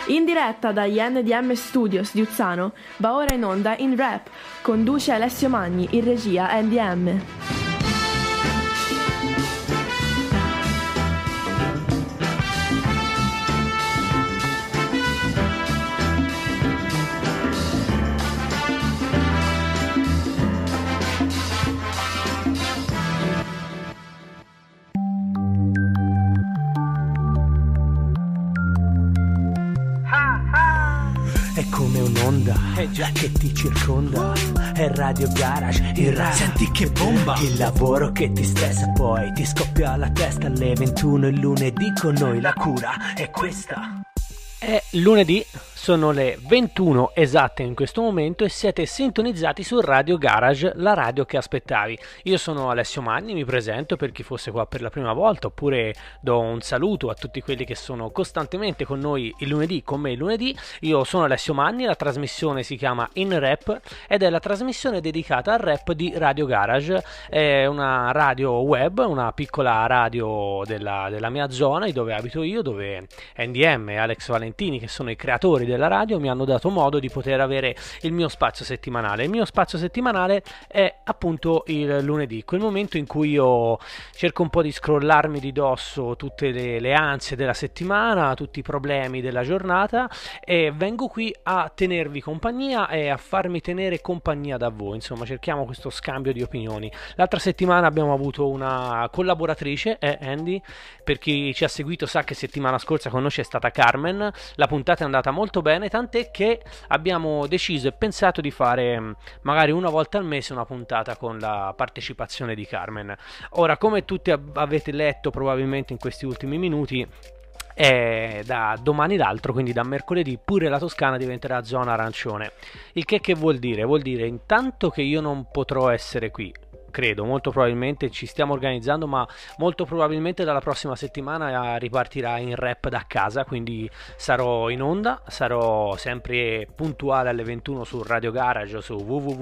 In diretta dagli NDM Studios di Uzzano, va ora in onda In Rap, conduce Alessio Magni, in regia NDM. È come un'onda che ti circonda. È Radio Garage, il rap. Senti che bomba! Il lavoro che ti stressa, poi ti scoppia la testa. Alle 21 il lunedì con noi la cura è questa. È lunedì, sono le 21 esatte in questo momento e siete sintonizzati su Radio Garage, la radio che aspettavi. Io sono Alessio Magni, mi presento per chi fosse qua per la prima volta, oppure do un saluto a tutti quelli che sono costantemente con noi il lunedì, con me il lunedì. Io sono Alessio Magni, la trasmissione si chiama In Rap ed è la trasmissione dedicata al rap di Radio Garage. È una radio web, una piccola radio della mia zona, di dove abito io, dove NDM e Alex Valentini, che sono i creatori della radio, mi hanno dato modo di poter avere il mio spazio settimanale. Il mio spazio settimanale è appunto il lunedì, quel momento in cui io cerco un po' di scrollarmi di dosso tutte le ansie della settimana, tutti i problemi della giornata, e vengo qui a tenervi compagnia e a farmi tenere compagnia da voi. Insomma, cerchiamo questo scambio di opinioni. L'altra settimana abbiamo avuto una collaboratrice, Andy. Per chi ci ha seguito sa che settimana scorsa con noi c'è stata Carmen. La puntata è andata molto bene, tant'è che abbiamo deciso e pensato di fare magari una volta al mese una puntata con la partecipazione di Carmen. Ora, come tutti avete letto probabilmente in questi ultimi minuti, da domani l'altro, quindi da mercoledì, pure la Toscana diventerà zona arancione. Il che vuol dire? Vuol dire intanto che io non potrò essere qui. Credo, molto probabilmente ci stiamo organizzando, ma molto probabilmente dalla prossima settimana ripartirà In Rap da casa, quindi sarò in onda, sarò sempre puntuale alle 21 su Radio Garage, su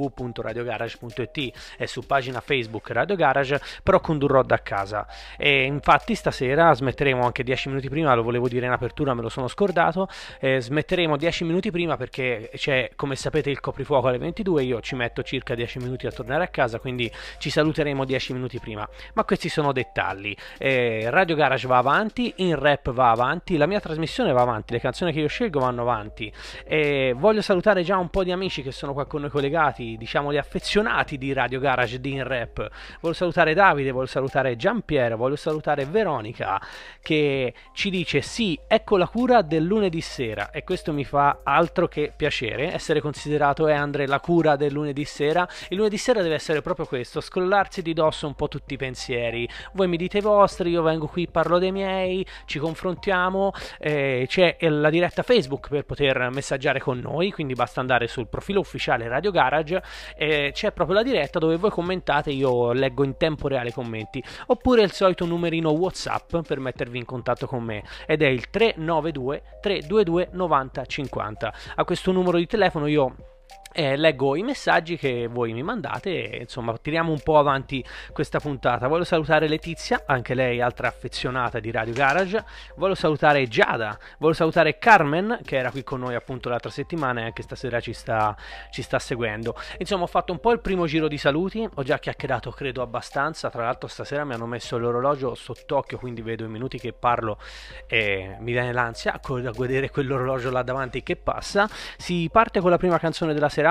www.radiogarage.it e su pagina Facebook Radio Garage, però condurrò da casa. E infatti stasera smetteremo anche 10 minuti prima, lo volevo dire in apertura, me lo sono scordato, smetteremo 10 minuti prima perché c'è, come sapete, il coprifuoco alle 22, io ci metto circa 10 minuti a tornare a casa, quindi ci saluteremo 10 minuti prima, ma questi sono dettagli. Radio Garage va avanti, In Rap va avanti, la mia trasmissione va avanti, le canzoni che io scelgo vanno avanti. Voglio salutare già un po' di amici che sono qua con noi collegati, diciamo gli affezionati di Radio Garage, di In Rap. Voglio salutare Davide, voglio salutare Giampiero, voglio salutare Veronica, che ci dice sì, ecco la cura del lunedì sera, e questo mi fa altro che piacere, essere considerato Andre la cura del lunedì sera. Il lunedì sera deve essere proprio questo, scrollarsi di dosso un po' tutti i pensieri. Voi mi dite i vostri, io vengo qui, parlo dei miei, ci confrontiamo. C'è la diretta Facebook per poter messaggiare con noi, quindi basta andare sul profilo ufficiale Radio Garage, c'è proprio la diretta dove voi commentate, io leggo in tempo reale i commenti, oppure il solito numerino WhatsApp per mettervi in contatto con me, ed è il 392 322 90 50. A questo numero di telefono io leggo i messaggi che voi mi mandate e insomma tiriamo un po' avanti questa puntata. Voglio salutare Letizia, anche lei altra affezionata di Radio Garage. Voglio salutare Giada, voglio salutare Carmen, che era qui con noi appunto l'altra settimana e anche stasera ci sta seguendo. Insomma, ho fatto un po' il primo giro di saluti, ho già chiacchierato credo abbastanza. Tra l'altro stasera mi hanno messo l'orologio sott'occhio, quindi vedo i minuti che parlo e mi viene l'ansia a vedere quell'orologio là davanti che passa. Si parte con la prima canzone della serata,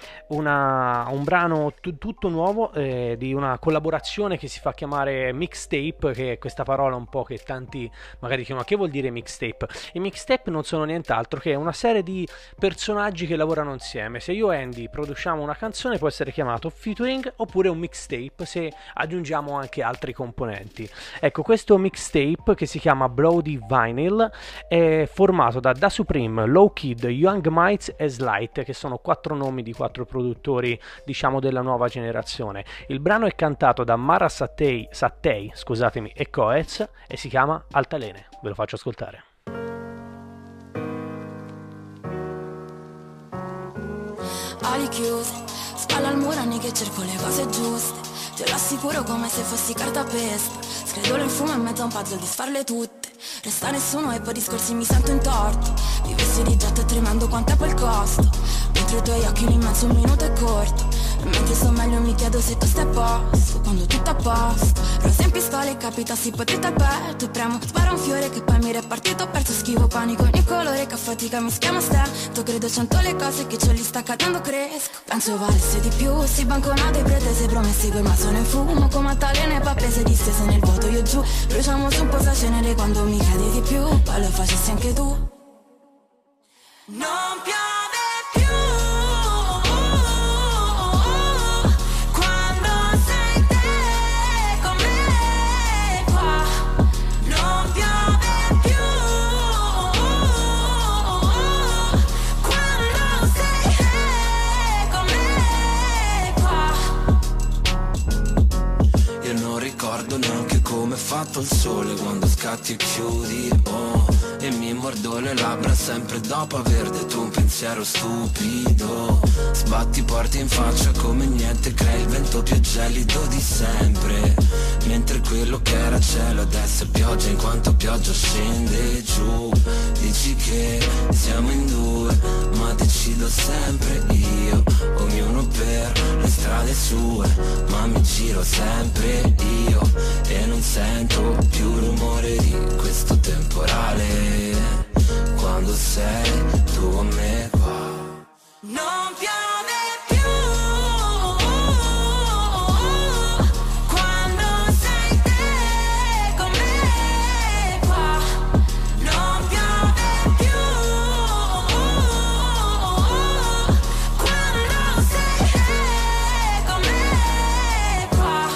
un brano tutto nuovo di una collaborazione che si fa chiamare mixtape, che è questa parola un po' che tanti magari dicono: che vuol dire mixtape? I mixtape non sono nient'altro che una serie di personaggi che lavorano insieme. Se io e Andy produciamo una canzone può essere chiamato featuring oppure un mixtape se aggiungiamo anche altri componenti. Ecco, questo mixtape, che si chiama Bloody Vinyl, è formato da Supreme, Low Kid, Young Mites e Slight, che sono 4 nomi di 4 produttori, diciamo, della nuova generazione. Il brano è cantato da Mara Sattei, scusatemi, e Coez, e si chiama Altalene. Ve lo faccio ascoltare. Ali chiuse, spalla al muro, anni che cerco le cose giuste. Te lo assicuro come se fossi cartapesta. Scredolo il fumo in mezzo a un puzzle di farle tutte. Resta nessuno e poi discorsi mi sento in torto. Vivessi di getto e tremando quanto è quel costo. Dentro i tuoi occhi l'immenso un minuto è corto. E mentre sto meglio mi chiedo se tu stai a posto. Quando tutto a posto. Rosa in pistola e capitassi potete al petto. Premo, spara un fiore che poi mi repartito. Ho perso schivo panico ogni colore che a fatica mi schiama stento. Credo cento le cose che ciò li sta cadendo cresco. Penso valesse di più, si banconate pretese promessi quel ma sono in fumo. Come altalene pappese distese nel vuoto io giù. Bruciamo su un po' sa cenere quando mi cadi di più. Poi lo facessi anche tu. Non piove più quando sei te con me qua. Non piove più quando sei te con me qua. Io non ricordo neanche come è fatto il sole quando scatti e chiudi, oh. E mi mordo le labbra sempre dopo aver detto un pensiero stupido. Sbatti porti in faccia come niente, crei il vento più gelido di sempre. Mentre quello che era cielo adesso è pioggia, in quanto pioggia scende giù. Dici che siamo in due, ma decido sempre io. Ognuno per le strade sue, ma mi giro sempre io. E non sento più il rumore di questo temporale quando sei tu con me qua. Non piove più quando sei te con me qua. Non piove più quando sei te con me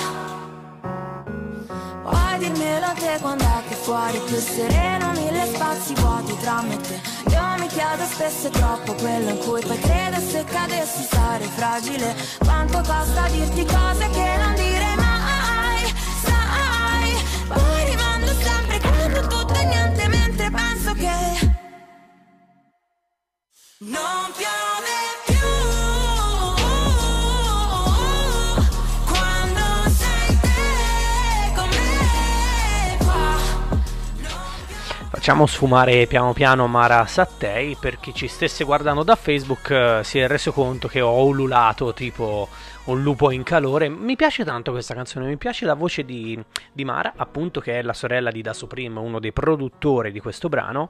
qua. Puoi dirmelo a te quando è che fuori è più sereno, mille spazi vuoti tra me e te. Io mi chiedo spesso è troppo quello in cui poi credo se cadessi sarei fragile. Quanto costa dirti cose che non direi mai, sai. Poi rimando sempre quando tutto è niente mentre penso che non piove più quando sei te con me qua. Facciamo sfumare piano piano Mara Sattei. Per chi ci stesse guardando da Facebook si è reso conto che ho ululato tipo un lupo in calore. Mi piace tanto questa canzone, mi piace la voce di Mara, appunto, che è la sorella di Da Supreme, uno dei produttori di questo brano,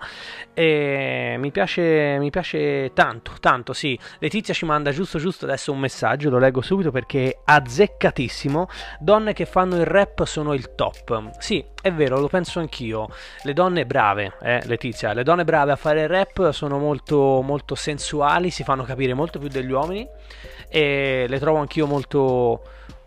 e mi piace tanto, sì. Letizia ci manda giusto adesso un messaggio, lo leggo subito perché è azzeccatissimo. Donne che fanno il rap sono il top. Sì, è vero, lo penso anch'io. Le donne brave, Letizia, le donne brave a fare il rap sono molto, molto sensuali, si fanno capire molto più degli uomini, e le trovo anch'io molto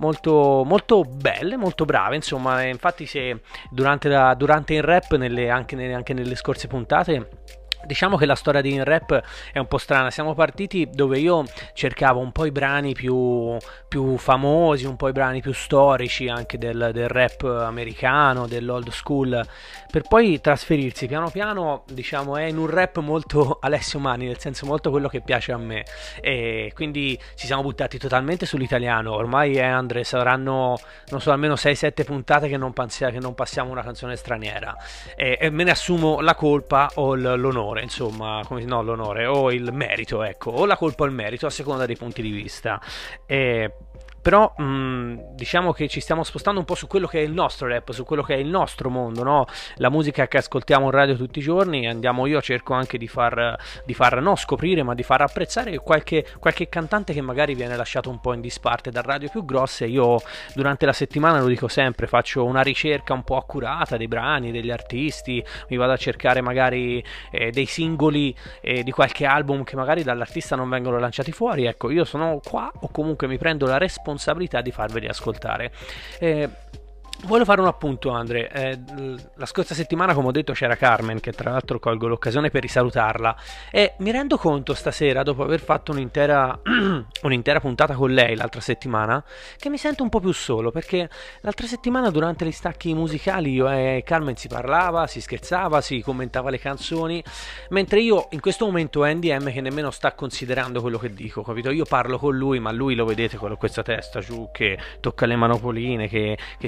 belle, molto brave, insomma. Infatti se durante il rap, anche nelle scorse puntate, diciamo che la storia di In Rap è un po' strana. Siamo partiti dove io cercavo un po' i brani più famosi, un po' i brani più storici anche del rap americano, dell'old school, per poi trasferirsi piano piano, diciamo, in un rap molto Alessio Manni, nel senso molto quello che piace a me, e quindi ci siamo buttati totalmente sull'italiano. Ormai Andre, saranno non so almeno 6-7 puntate che non passiamo una canzone straniera, e me ne assumo la colpa o l'onore, insomma, l'onore o il merito, ecco, o la colpa o il merito a seconda dei punti di vista. Però diciamo che ci stiamo spostando un po' su quello che è il nostro rap, su quello che è il nostro mondo, no? La musica che ascoltiamo in radio tutti i giorni. Io cerco anche di far non scoprire, ma di far apprezzare qualche cantante che magari viene lasciato un po' in disparte da radio più grosse. Io durante la settimana, lo dico sempre, faccio una ricerca un po' accurata dei brani, degli artisti, mi vado a cercare magari dei singoli di qualche album che magari dall'artista non vengono lanciati fuori. Ecco, io sono qua, o comunque mi prendo la responsabilità di farveli ascoltare. Voglio fare un appunto, Andre. La scorsa settimana, come ho detto, c'era Carmen, che tra l'altro colgo l'occasione per risalutarla, e mi rendo conto stasera, dopo aver fatto un'intera puntata con lei l'altra settimana, che mi sento un po' più solo, perché l'altra settimana durante gli stacchi musicali io e Carmen si parlava, si scherzava, si commentava le canzoni, mentre io in questo momento ho NDM che nemmeno sta considerando quello che dico, capito? Io parlo con lui, ma lui lo vedete con questa testa giù che tocca le manopoline, che si prepara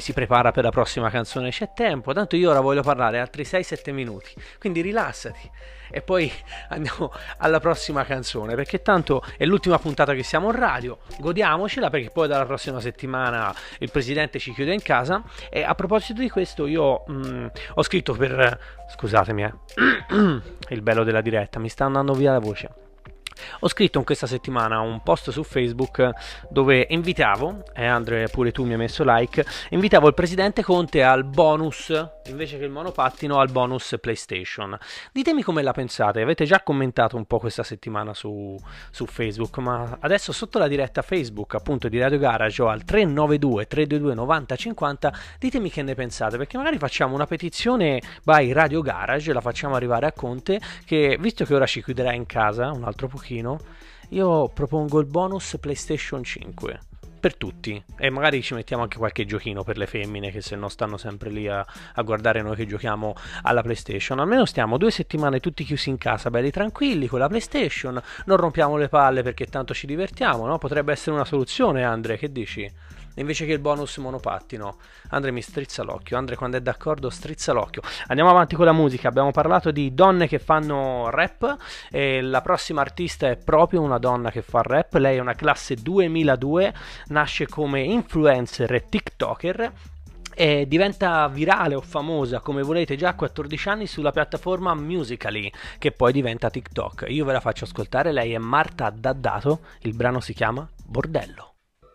prepara per la prossima canzone, c'è tempo, tanto io ora voglio parlare altri 6-7 minuti, quindi rilassati e poi andiamo alla prossima canzone, perché tanto è l'ultima puntata che siamo in radio, godiamocela, perché poi dalla prossima settimana il presidente ci chiude in casa. E a proposito di questo io ho scritto per... scusatemi il bello della diretta, mi sta andando via la voce. Ho scritto in questa settimana un post su Facebook dove invitavo, e Andre pure tu mi hai messo like, invitavo il presidente Conte al bonus, invece che il monopattino, al bonus PlayStation. Ditemi come la pensate, avete già commentato un po' questa settimana su Facebook, ma adesso sotto la diretta Facebook appunto di Radio Garage o al 392 322 9050 ditemi che ne pensate, perché magari facciamo una petizione by Radio Garage, la facciamo arrivare a Conte, che visto che ora ci chiuderà in casa un altro pochino, io propongo il bonus PlayStation 5 per tutti, e magari ci mettiamo anche qualche giochino per le femmine che se no stanno sempre lì a guardare noi che giochiamo alla PlayStation. Almeno stiamo 2 settimane tutti chiusi in casa, belli tranquilli con la PlayStation, non rompiamo le palle perché tanto ci divertiamo, no? Potrebbe essere una soluzione, Andre, che dici? Invece che il bonus monopattino. Andre mi strizza l'occhio, Andre quando è d'accordo strizza l'occhio. Andiamo avanti con la musica, abbiamo parlato di donne che fanno rap e la prossima artista è proprio una donna che fa rap. Lei è una classe 2002, nasce come influencer e tiktoker e diventa virale o famosa come volete già a 14 anni sulla piattaforma Musical.ly, che poi diventa TikTok. Io ve la faccio ascoltare, lei è Marta Daddato, il brano si chiama Bordello.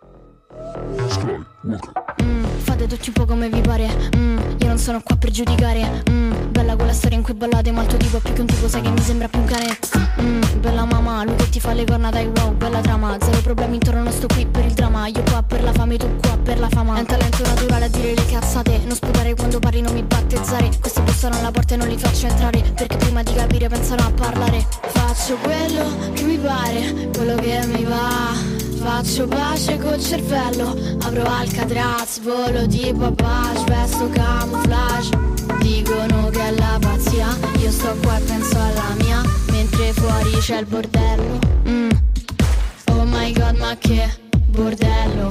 Fate tutti un po' come vi pare, io non sono qua per giudicare. Bella quella storia in cui ballate, ma il tuo tipo è più che un tipo, sai che mi sembra più un cane. Bella mamma, lui che ti fa le corna, dai wow, bella trama. Zero problemi intorno, non sto qui per il dramma. Io qua per la fame, tu qua per la fama. È un talento naturale a dire le cazzate, non sputare quando parli, non mi battezzare. Questi bussano alla porta e non li faccio entrare, perché prima di capire pensano a parlare. Faccio quello che mi pare, quello che mi va. Faccio pace col cervello, apro Alcatraz, volo tipo Apache, vesto camouflage. Dicono che è la pazzia, io sto qua e penso alla mia, mentre fuori c'è il bordello. Oh my god, ma che bordello.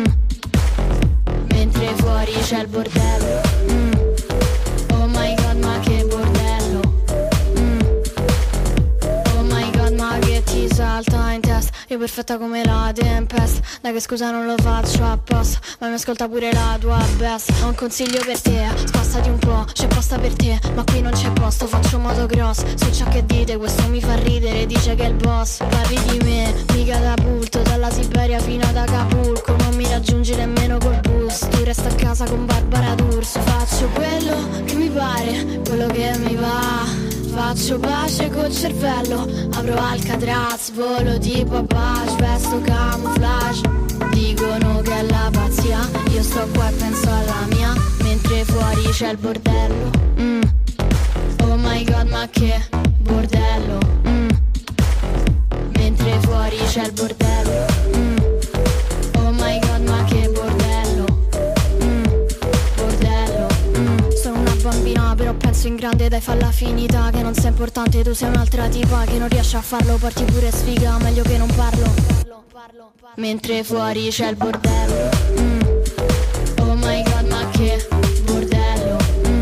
Mentre fuori c'è il bordello. Oh my god, ma che bordello. Oh my god, ma che ti salta in testa. Io perfetta come la tempesta. Dai che scusa non lo faccio apposta, ma mi ascolta pure la tua best. Ho un consiglio per te, spostati un po', c'è posta per te, ma qui non c'è posto, faccio motocross. Su ciò che dite, questo mi fa ridere, dice che è il boss. Parli di me, mi catapulto, dalla Siberia fino ad Acapulco. Non mi raggiungi nemmeno col bus, tu resta a casa con Barbara D'Urso. Faccio quello che mi pare, quello che mi va. Faccio pace col cervello, apro Alcatraz, volo tipo Apache, vesto camouflage. Dicono che è la pazzia, io sto qua e penso alla mia, mentre fuori c'è il bordello. Oh my god, ma che bordello. Mentre fuori c'è il bordello. Oh my god, ma che bordello. Bordello. Sono una bambina però penso in grande, dai falla finita, che non sei importante, tu sei un'altra tipa che non riesce a farlo, porti pure sfiga, meglio che non parlo. Mentre fuori c'è il bordello. Oh my god, ma che bordello.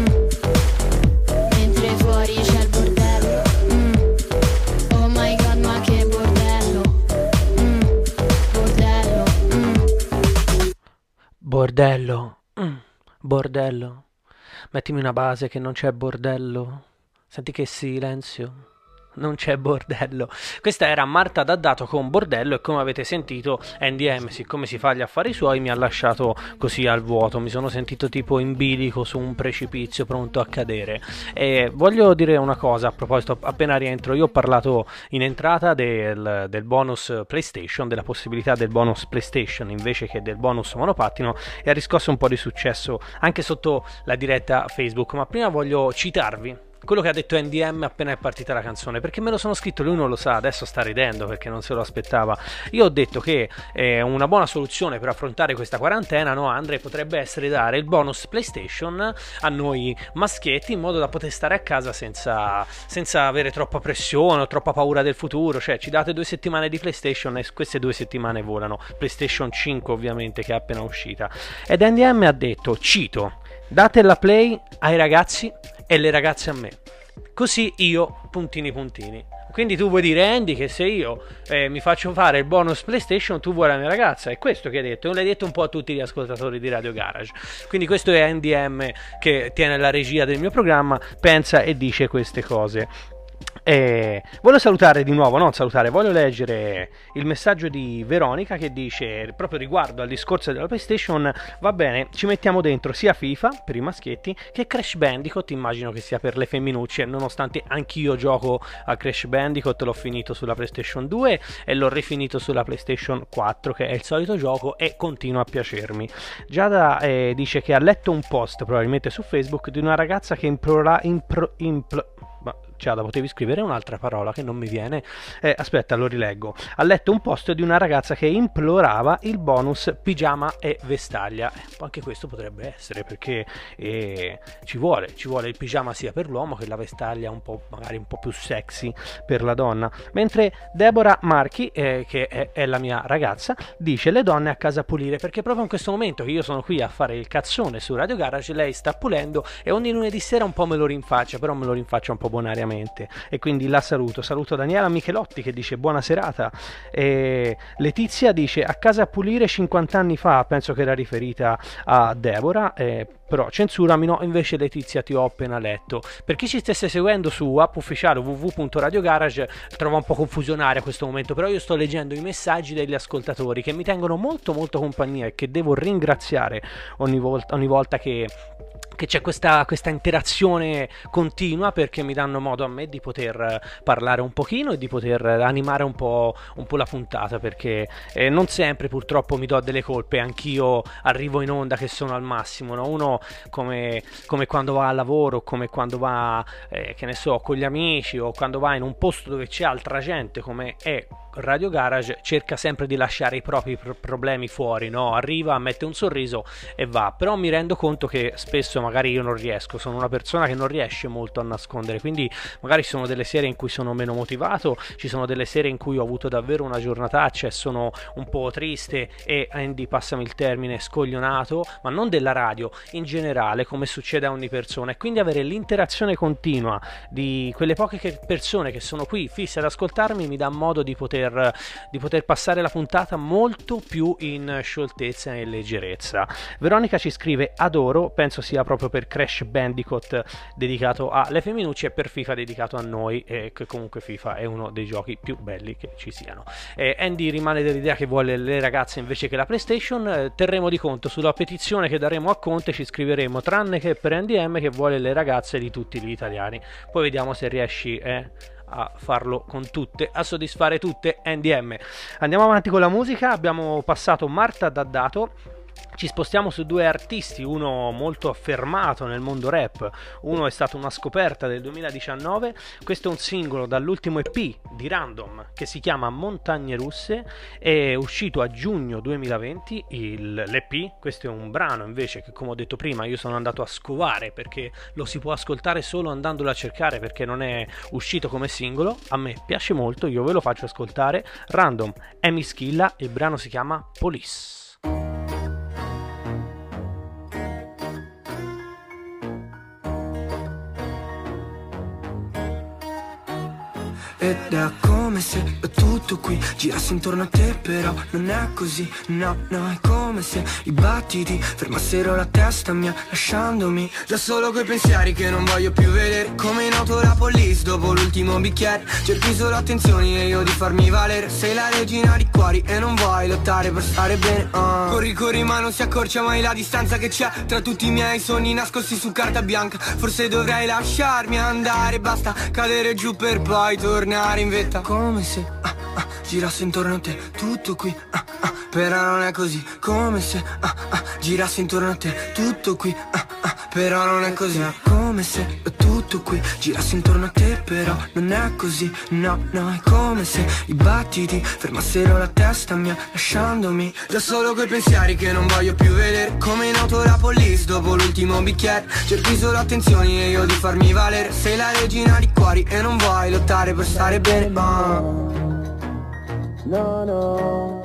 Mentre fuori c'è il bordello. Oh my god, ma che bordello. Bordello. Bordello. Bordello. Mettimi una base che non c'è bordello. Senti che silenzio. Non c'è bordello. Questa era Marta Daddato con Bordello, e come avete sentito NDM, siccome si fa gli affari suoi, mi ha lasciato così al vuoto. Mi sono sentito tipo in bilico su un precipizio pronto a cadere. E voglio dire una cosa a proposito, appena rientro, io ho parlato in entrata del bonus PlayStation, della possibilità del bonus PlayStation invece che del bonus monopattino, e ha riscosso un po' di successo anche sotto la diretta Facebook. Ma prima voglio citarvi quello che ha detto NDM appena è partita la canzone, perché me lo sono scritto, lui non lo sa, adesso sta ridendo perché non se lo aspettava. Io ho detto che una buona soluzione per affrontare questa quarantena, no Andre, potrebbe essere dare il bonus PlayStation a noi maschietti, in modo da poter stare a casa senza avere troppa pressione o troppa paura del futuro. Cioè ci date 2 settimane di PlayStation e queste 2 settimane volano. PlayStation 5 ovviamente, che è appena uscita. Ed NDM ha detto, cito: date la Play ai ragazzi e le ragazze a me, così io puntini puntini. Quindi tu vuoi dire, Andy, che se io mi faccio fare il bonus PlayStation, tu vuoi la mia ragazza? È questo che hai detto, e l'hai detto un po' a tutti gli ascoltatori di Radio Garage. Quindi questo è NDM, che tiene la regia del mio programma, pensa e dice queste cose. Voglio salutare di nuovo, voglio leggere il messaggio di Veronica, che dice, proprio riguardo al discorso della PlayStation: va bene, ci mettiamo dentro sia FIFA per i maschietti che Crash Bandicoot, immagino che sia per le femminucce, nonostante anch'io gioco a Crash Bandicoot, l'ho finito sulla PlayStation 2 e l'ho rifinito sulla PlayStation 4, che è il solito gioco e continua a piacermi. Giada dice che ha letto un post, probabilmente su Facebook, di una ragazza che Giada, potevi scrivere un'altra parola che non mi viene. Aspetta, lo rileggo. Ha letto un post di una ragazza che implorava il bonus pigiama e vestaglia. Anche questo potrebbe essere, perché ci vuole il pigiama sia per l'uomo che la vestaglia magari un po' più sexy per la donna. Mentre Deborah Marchi, che è la mia ragazza, dice: le donne a casa a pulire, perché proprio in questo momento che io sono qui a fare il cazzone su Radio Garage, lei sta pulendo e ogni lunedì sera un po' me lo rinfaccia, però me lo rinfaccia un po' bonariamente. E quindi la saluto Daniela Michelotti, che dice buona serata. Letizia dice a casa a pulire 50 anni fa, penso che era riferita a Deborah, però censurami. No, invece Letizia ti ho appena letto. Per chi ci stesse seguendo su app ufficiale www.radiogarage, trova un po' confusionario a questo momento, però io sto leggendo i messaggi degli ascoltatori che mi tengono molto molto compagnia e che devo ringraziare ogni volta che c'è questa interazione continua, perché mi danno modo a me di poter parlare un pochino e di poter animare un po' la puntata, perché non sempre purtroppo mi do delle colpe, anch'io arrivo in onda che sono al massimo, no? Uno come quando va al lavoro, come quando va che ne so, con gli amici, o quando va in un posto dove c'è altra gente come è Radio Garage, cerca sempre di lasciare i propri problemi fuori, no? Arriva, mette un sorriso e va. Però mi rendo conto che spesso magari io non riesco, sono una persona che non riesce molto a nascondere, quindi magari ci sono delle sere in cui sono meno motivato, ci sono delle sere in cui ho avuto davvero una giornataccia e sono un po' triste e, Andy, passami il termine, scoglionato, ma non della radio, in generale, come succede a ogni persona. E quindi avere l'interazione continua di quelle poche persone che sono qui fisse ad ascoltarmi mi dà modo di poter passare la puntata molto più in scioltezza e leggerezza. Veronica ci scrive: adoro, penso sia proprio per Crash Bandicoot dedicato alle femminucce e per FIFA dedicato a noi, e che comunque FIFA è uno dei giochi più belli che ci siano. Andy rimane dell'idea che vuole le ragazze invece che la PlayStation. Terremo di conto sulla petizione che daremo a Conte, ci scriveremo, tranne che per NDM che vuole le ragazze di tutti gli italiani. Poi vediamo se riesci a farlo con tutte, a soddisfare tutte, NDM. Andiamo avanti con la musica. Abbiamo passato Marta D'Addato, ci spostiamo su 2 artisti, uno molto affermato nel mondo rap, uno è stato una scoperta del 2019. Questo è un singolo dall'ultimo EP di Random che si chiama Montagne Russe, è uscito a giugno 2020 l'EP. Questo è un brano invece che, come ho detto prima, io sono andato a scovare perché lo si può ascoltare solo andandolo a cercare, perché non è uscito come singolo. A me piace molto, io ve lo faccio ascoltare. Random, Emi Schilla, il brano si chiama Police. Ed è come se tutto qui girassi intorno a te, però non è così, no, è come se i battiti fermassero la testa mia, lasciandomi già solo quei pensieri che non voglio più vedere. Come in auto la police dopo l'ultimo bicchiere, cerchi solo attenzioni e io di farmi valere. Sei la regina di cuori e non vuoi lottare per stare bene, Corri ma non si accorcia mai la distanza che c'è tra tutti i miei sogni nascosti su carta bianca. Forse dovrei lasciarmi andare, basta cadere giù per poi tornare in vetta. Come se girasse intorno a te tutto qui, però non è così. Come se girasse intorno a te tutto qui, però non è così. È come se tutto qui girassi intorno a te, però non è così. No, no, è come se i battiti fermassero la testa mia, lasciandomi da solo quei pensieri che non voglio più vedere. Come in auto la police dopo l'ultimo bicchiere, cerchi solo attenzioni e io di farmi valere. Sei la regina di cuori e non vuoi lottare per stare bene. No, no,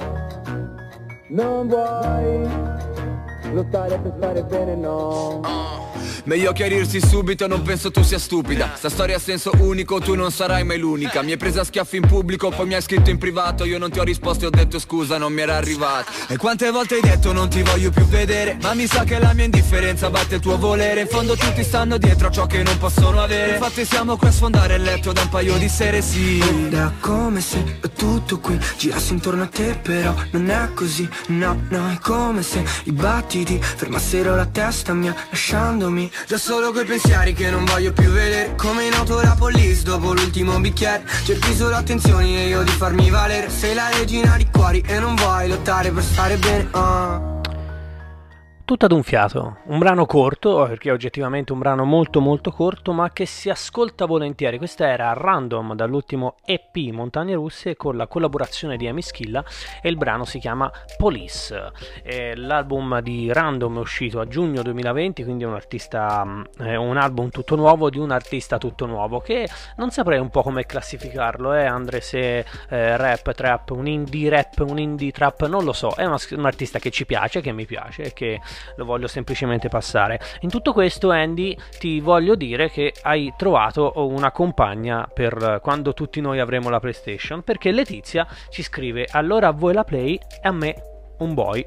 non vuoi lottare per stare bene, no. Meglio chiarirsi subito, non penso tu sia stupida. Sta storia ha senso unico, tu non sarai mai l'unica. Mi hai presa a schiaffi in pubblico, poi mi hai scritto in privato. Io non ti ho risposto e ho detto scusa, non mi era arrivato. E quante volte hai detto non ti voglio più vedere, ma mi sa che la mia indifferenza batte il tuo volere. In fondo tutti stanno dietro a ciò che non possono avere. Infatti siamo qui a sfondare il letto da un paio di sere, sì. Ed è come se tutto qui girassi intorno a te, però non è così. No, no, è come se i battiti fermassero la testa mia, lasciandomi da solo quei pensieri che non voglio più vedere. Come in auto la police dopo l'ultimo bicchiere, cerchi solo attenzioni e io di farmi valere. Sei la regina di cuori e non vuoi lottare per stare bene, Tutto ad un fiato, un brano corto, perché è oggettivamente un brano molto molto corto, ma che si ascolta volentieri. Questa era Random dall'ultimo EP Montagne Russe con la collaborazione di Amy Schilla e il brano si chiama Police. L'album di Random è uscito a giugno 2020, quindi è un album tutto nuovo di un artista tutto nuovo che non saprei un po' come classificarlo, Andre, se rap, trap, un indie rap, un indie trap, non lo so, è un artista che ci piace, che mi piace e che lo voglio semplicemente passare. In tutto questo, Andy, ti voglio dire che hai trovato una compagna per quando tutti noi avremo la PlayStation, perché Letizia ci scrive: allora a voi la Play e a me un boy.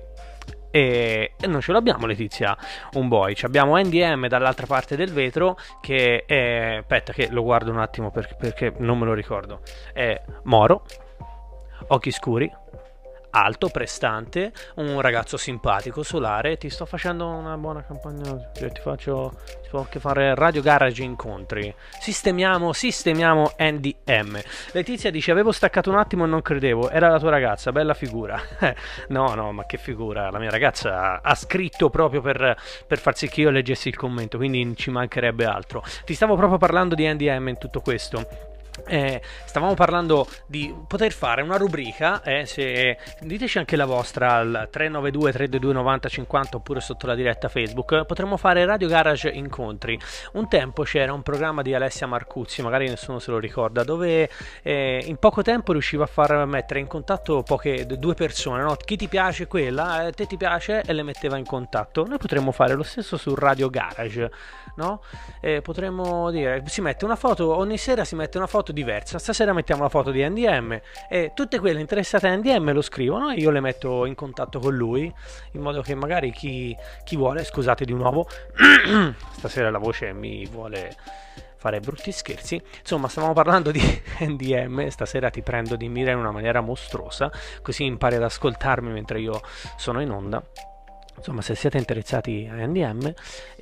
E non ce l'abbiamo, Letizia, un boy. Abbiamo Andy M dall'altra parte del vetro, che è, aspetta che lo guardo un attimo perché non me lo ricordo, è moro, occhi scuri, alto, prestante, un ragazzo simpatico, solare. Ti sto facendo una buona campagna, ti può anche fare Radio Garage incontri. Sistemiamo Andy M. Letizia dice: avevo staccato un attimo e non credevo, era la tua ragazza, bella figura. No, ma che figura, la mia ragazza ha scritto proprio per far sì che io leggessi il commento, quindi ci mancherebbe altro. Ti stavo proprio parlando di Andy M in tutto questo. Stavamo parlando di poter fare una rubrica, se diteci anche la vostra al 392 322 90 50 oppure sotto la diretta Facebook. Potremmo fare Radio Garage incontri. Un tempo c'era un programma di Alessia Marcuzzi, magari nessuno se lo ricorda, dove in poco tempo riusciva a far mettere in contatto due persone, no? Chi ti piace quella, te ti piace, e le metteva in contatto. Noi potremmo fare lo stesso su Radio Garage, no? Potremmo dire, si mette una foto, ogni sera si mette una foto diversa. Stasera mettiamo la foto di Andy M e tutte quelle interessate a Andy M lo scrivono e io le metto in contatto con lui, in modo che magari chi vuole, scusate di nuovo, stasera la voce mi vuole fare brutti scherzi. Insomma, stavamo parlando di Andy M. Stasera ti prendo di mira in una maniera mostruosa, così impari ad ascoltarmi mentre io sono in onda. Insomma, se siete interessati a Andy M,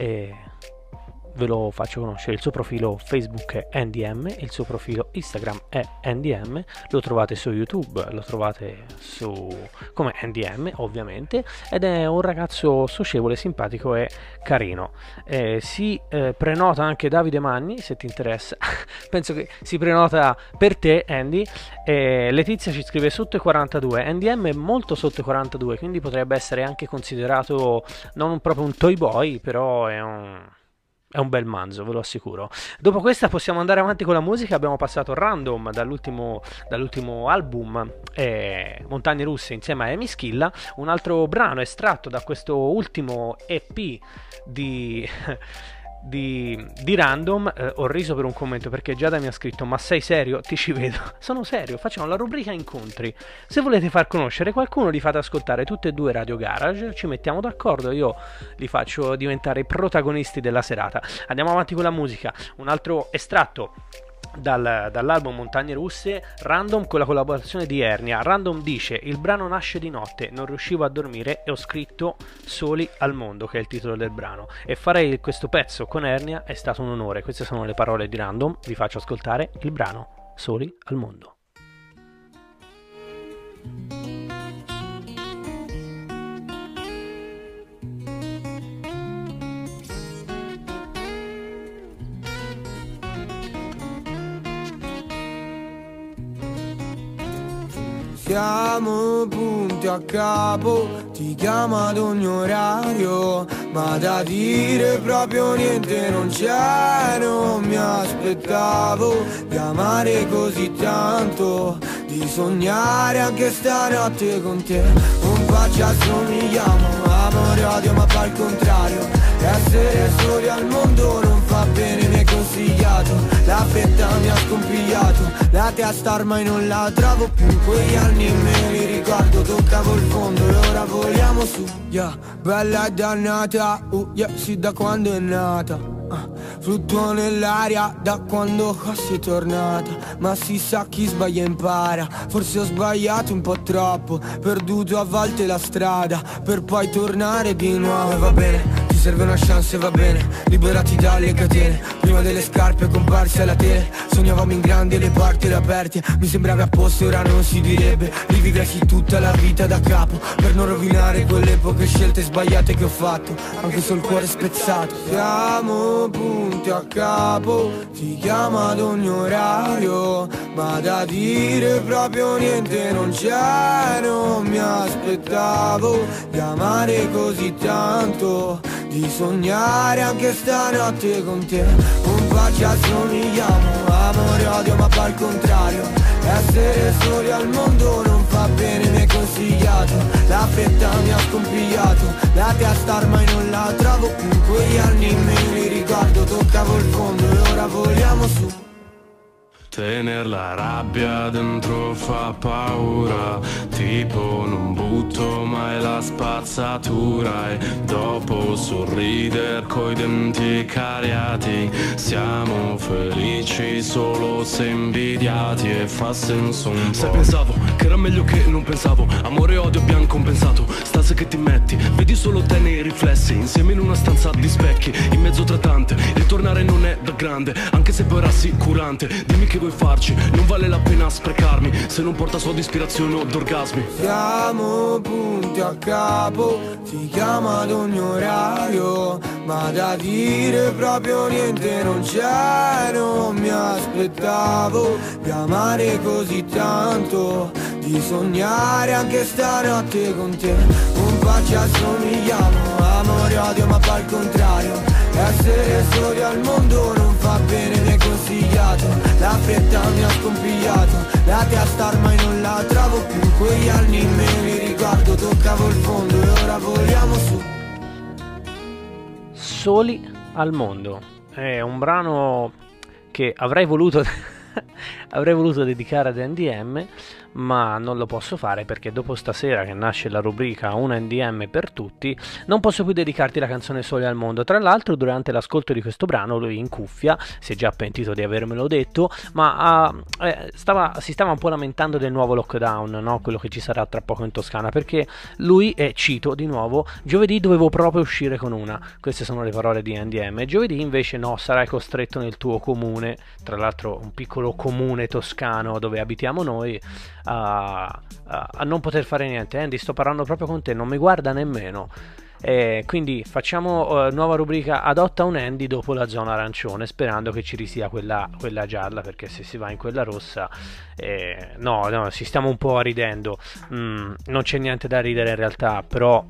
ve lo faccio conoscere. Il suo profilo Facebook è NDM, il suo profilo Instagram è NDM, lo trovate su YouTube, lo trovate come NDM ovviamente, ed è un ragazzo socievole, simpatico e carino. Si prenota anche Davide Manni, se ti interessa. Penso che si prenota per te, Andy. Letizia ci scrive sotto i 42. NDM è molto sotto i 42, quindi potrebbe essere anche considerato non proprio un toy boy, però è un bel manzo, ve lo assicuro. Dopo questa possiamo andare avanti con la musica. Abbiamo passato Random dall'ultimo album Montagne Russe insieme a Amy Schilla, un altro brano estratto da questo ultimo EP di Random. Ho riso per un commento perché Giada mi ha scritto: ma sei serio? Ti ci vedo. Sono serio, facciamo la rubrica incontri. Se volete far conoscere qualcuno, li fate ascoltare tutte e due Radio Garage, ci mettiamo d'accordo, io li faccio diventare i protagonisti della serata. Andiamo avanti con la musica. Un altro estratto dall'album Montagne Russe, Random con la collaborazione di Ernia. Random dice: il brano nasce di notte, non riuscivo a dormire e ho scritto Soli al mondo, che è il titolo del brano, e fare questo pezzo con Ernia è stato un onore. Queste sono le parole di Random, vi faccio ascoltare il brano Soli al mondo. Siamo punti a capo, ti chiamo ad ogni orario, ma da dire proprio niente non c'è. Non mi aspettavo di amare così tanto, di sognare anche stanotte con te. Un po' ci assomigliamo, amore e odio ma fa il contrario. Essere soli al mondo non fa bene, mi hai consigliato. La fretta mi ha scompigliato, la testa ormai non la trovo più. Quegli anni me li ricordo, toccavo il fondo e ora voliamo su. Yeah, bella e dannata, yeah, sì, da quando è nata. Fluttuo nell'aria da quando sei tornata. Ma si sa chi sbaglia impara. Forse ho sbagliato un po' troppo, perduto a volte la strada, per poi tornare di nuovo. E va bene, ti serve una chance e va bene, liberati dalle catene. Prima delle scarpe comparse alla tele, sognavamo in grande, le porte aperte. Mi sembrava a posto, ora non si direbbe. Rivivresti tutta la vita da capo, per non rovinare quelle poche scelte sbagliate che ho fatto, anche se ho il cuore spezzato. Siamo punti a capo, ti chiamo ad ogni orario, ma da dire proprio niente non c'è. Non mi aspettavo di amare così tanto, di sognare anche stanotte con te. Un po' ci assomigliamo, amore e odio ma fa il contrario. Essere soli al mondo non fa bene, mi hai consigliato. La fretta mi ha scompigliato, la testa ormai non la trovo più. Quegli anni me li ricordo, toccavo il fondo e ora voliamo su. Tener la rabbia dentro fa paura, tipo non butto mai la spazzatura. E dopo sorrider coi denti cariati, siamo felici solo se invidiati. E fa senso un po'. Se pensavo che era meglio che non pensavo, amore e odio abbiamo compensato. Stase che ti metti, vedi solo te nei riflessi, insieme in una stanza di specchi, in mezzo tra tante. Ritornare non è da grande, anche se poi rassicurante. Dimmi che vuoi farci, non vale la pena sprecarmi, se non porta soldi, ispirazione o d'orgasmi. Siamo punti a capo, ti chiamo ad ogni orario, ma da dire proprio niente non c'è. Non mi aspettavo di amare così tanto, di sognare anche stanotte con te. Un po' ci assomigliamo, amore e odio ma fa il contrario. Essere soli al mondo non fa bene, mi hai consigliato. La fretta mi ha scompigliato, la testa ormai non la trovo più. Quegli anni me li ricordo, toccavo il fondo e ora voliamo su. Soli al mondo è un brano che avrei voluto dedicare ad NDM, ma non lo posso fare perché dopo stasera che nasce la rubrica Una NDM per tutti non posso più dedicarti la canzone Soli al mondo. Tra l'altro durante l'ascolto di questo brano lui in cuffia si è già pentito di avermelo detto, ma si stava un po' lamentando del nuovo lockdown, no? Quello che ci sarà tra poco in Toscana, perché lui, cito di nuovo, giovedì dovevo proprio uscire con una, queste sono le parole di NDM, giovedì invece no, sarai costretto nel tuo comune, tra l'altro un piccolo comune toscano dove abitiamo noi, a non poter fare niente. Andy, sto parlando proprio con te, non mi guarda nemmeno. Quindi facciamo nuova rubrica Adotta un Andy dopo la zona arancione, sperando che ci risia quella gialla, perché se si va in quella rossa no, si stiamo un po' ridendo, non c'è niente da ridere in realtà, però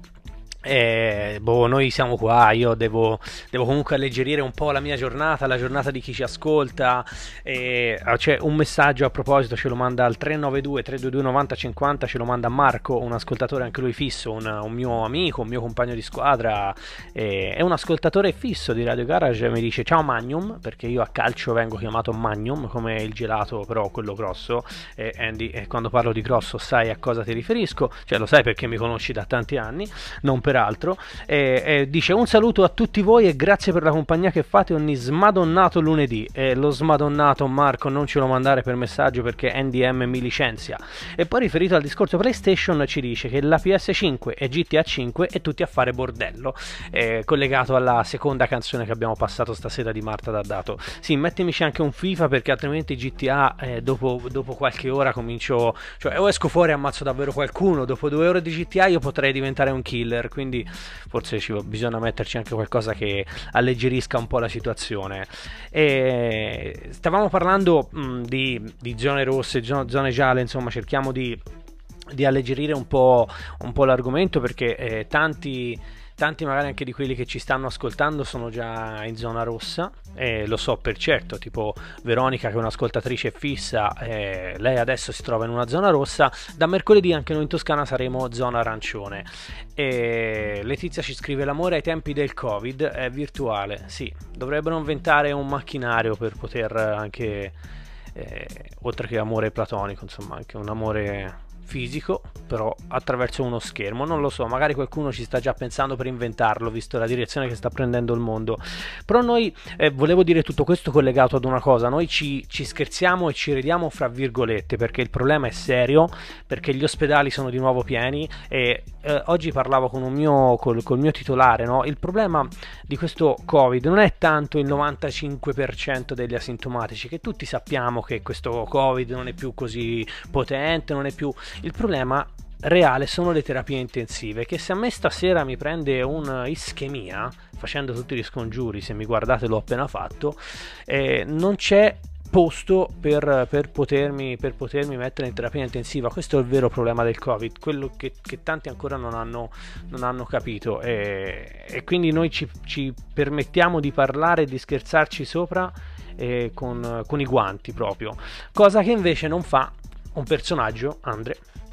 noi siamo qua, io devo comunque alleggerire un po' la mia giornata, la giornata di chi ci ascolta. C'è un messaggio a proposito, ce lo manda al 392 322 9050, ce lo manda Marco, un ascoltatore anche lui fisso, un mio amico, un mio compagno di squadra, è un ascoltatore fisso di Radio Garage. Mi dice: ciao Magnum, perché io a calcio vengo chiamato Magnum, come il gelato però quello grosso. Andy, quando parlo di grosso sai a cosa ti riferisco, cioè lo sai perché mi conosci da tanti anni, non peraltro. Dice: un saluto a tutti voi e grazie per la compagnia che fate ogni smadonnato lunedì. Lo smadonnato Marco non ce lo mandare per messaggio perché NDM mi licenzia. E poi, riferito al discorso PlayStation, ci dice che la PS5 e GTA 5 e tutti a fare bordello, collegato alla seconda canzone che abbiamo passato stasera di Marta D'Addato. Sì, mettimici anche un FIFA, perché altrimenti GTA dopo qualche ora comincio, cioè o esco fuori e ammazzo davvero qualcuno. Dopo 2 ore di GTA io potrei diventare un killer, quindi forse bisogna metterci anche qualcosa che alleggerisca un po' la situazione. Stavamo parlando di zone rosse, zone gialle, insomma cerchiamo di alleggerire un po' l'argomento, perché tanti magari anche di quelli che ci stanno ascoltando sono già in zona rossa, lo so per certo, tipo Veronica che è un'ascoltatrice fissa, lei adesso si trova in una zona rossa. Da mercoledì anche noi in Toscana saremo zona arancione. Letizia ci scrive: l'amore ai tempi del Covid è virtuale. Sì, dovrebbero inventare un macchinario per poter anche, oltre che amore platonico, insomma anche un amore fisico, però attraverso uno schermo. Non lo so, magari qualcuno ci sta già pensando per inventarlo, visto la direzione che sta prendendo il mondo. Però noi, volevo dire tutto questo collegato ad una cosa: noi ci scherziamo e ci ridiamo fra virgolette, perché il problema è serio, perché gli ospedali sono di nuovo pieni, e oggi parlavo con col mio titolare, no? Il problema di questo Covid non è tanto il 95% degli asintomatici, che tutti sappiamo che questo Covid non è più così potente, non è più... Il problema reale sono le terapie intensive, che se a me stasera mi prende un'ischemia, facendo tutti gli scongiuri, se mi guardate l'ho appena fatto, non c'è posto per potermi mettere in terapia intensiva. Questo è il vero problema del Covid, quello che tanti ancora non hanno capito, e quindi noi ci permettiamo di parlare e di scherzarci sopra con i guanti proprio, cosa che invece non fa un personaggio, Andre,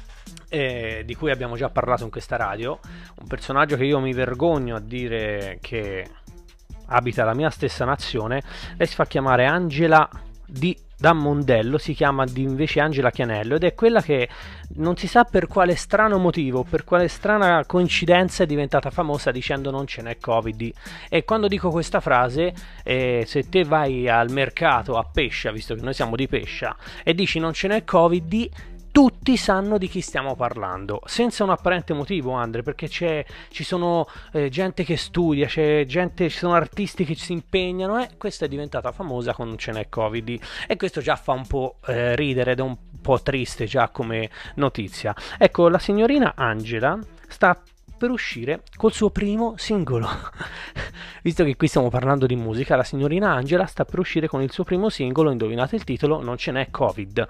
di cui abbiamo già parlato in questa radio, un personaggio che io mi vergogno a dire che abita la mia stessa nazione. Lei si fa chiamare Angela da Mondello, si chiama invece Angela Chianello, ed è quella che non si sa per quale strano motivo, per quale strana coincidenza è diventata famosa dicendo non ce n'è Covid. E quando dico questa frase, se te vai al mercato a Pescia, visto che noi siamo di Pescia, e dici non ce n'è Covid, tutti sanno di chi stiamo parlando, senza un apparente motivo, Andre, perché ci sono gente che studia, ci sono artisti che si impegnano, e questa è diventata famosa con non ce n'è Covid, e questo già fa un po' ridere ed è un po' triste già come notizia. Ecco, la signorina Angela sta per uscire col suo primo singolo. Visto che qui stiamo parlando di musica, la signorina Angela sta per uscire con il suo primo singolo, indovinate il titolo, non ce n'è Covid.